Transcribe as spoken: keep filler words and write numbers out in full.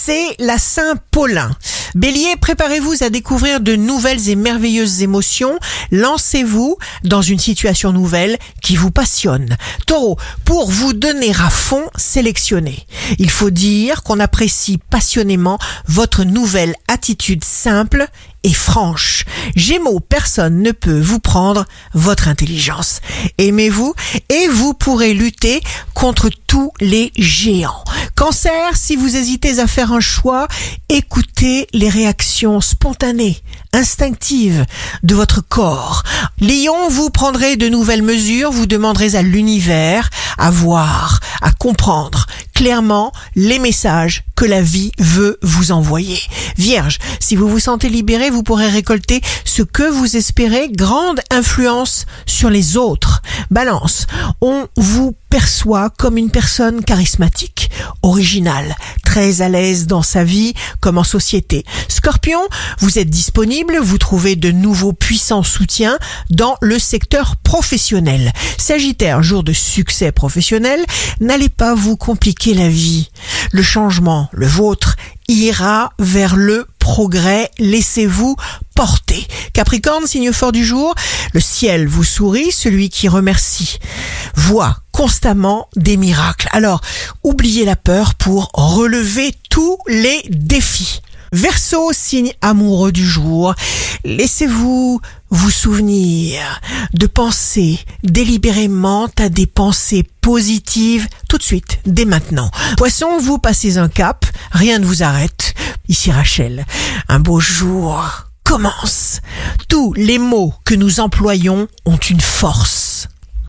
c'est la Saint-Paulin. Bélier, préparez-vous à découvrir de nouvelles et merveilleuses émotions. Lancez-vous dans une situation nouvelle qui vous passionne. Taureau, pour vous donner à fond, sélectionnez. Il faut dire qu'on apprécie passionnément votre nouvelle attitude simple et franche. Gémeaux, personne ne peut vous prendre votre intelligence. Aimez-vous et vous pourrez lutter contre tous les géants. Cancer, si vous hésitez à faire un choix, écoutez les réactions spontanées, instinctives de votre corps. Lion, vous prendrez de nouvelles mesures, vous demanderez à l'univers à voir, à comprendre clairement les messages que la vie veut vous envoyer. Vierge, si vous vous sentez libéré, vous pourrez récolter ce que vous espérez, grande influence sur les autres. Balance, on vous perçoit comme une personne charismatique, originale, très à l'aise dans sa vie comme en société. Scorpion, vous êtes disponible, vous trouvez de nouveaux puissants soutiens dans le secteur professionnel. Sagittaire, jour de succès professionnel, n'allez pas vous compliquer la vie. Le changement, le vôtre, ira vers le progrès, laissez-vous porter. Capricorne, signe fort du jour, le ciel vous sourit, celui qui remercie voit constamment des miracles. Alors, oubliez la peur pour relever tous les défis. Verseau, signe amoureux du jour, laissez-vous vous souvenir de penser délibérément à des pensées positives tout de suite, dès maintenant. Poisson, vous passez un cap, rien ne vous arrête. Ici Rachel, un beau jour commence. Tous les mots que nous employons ont une force.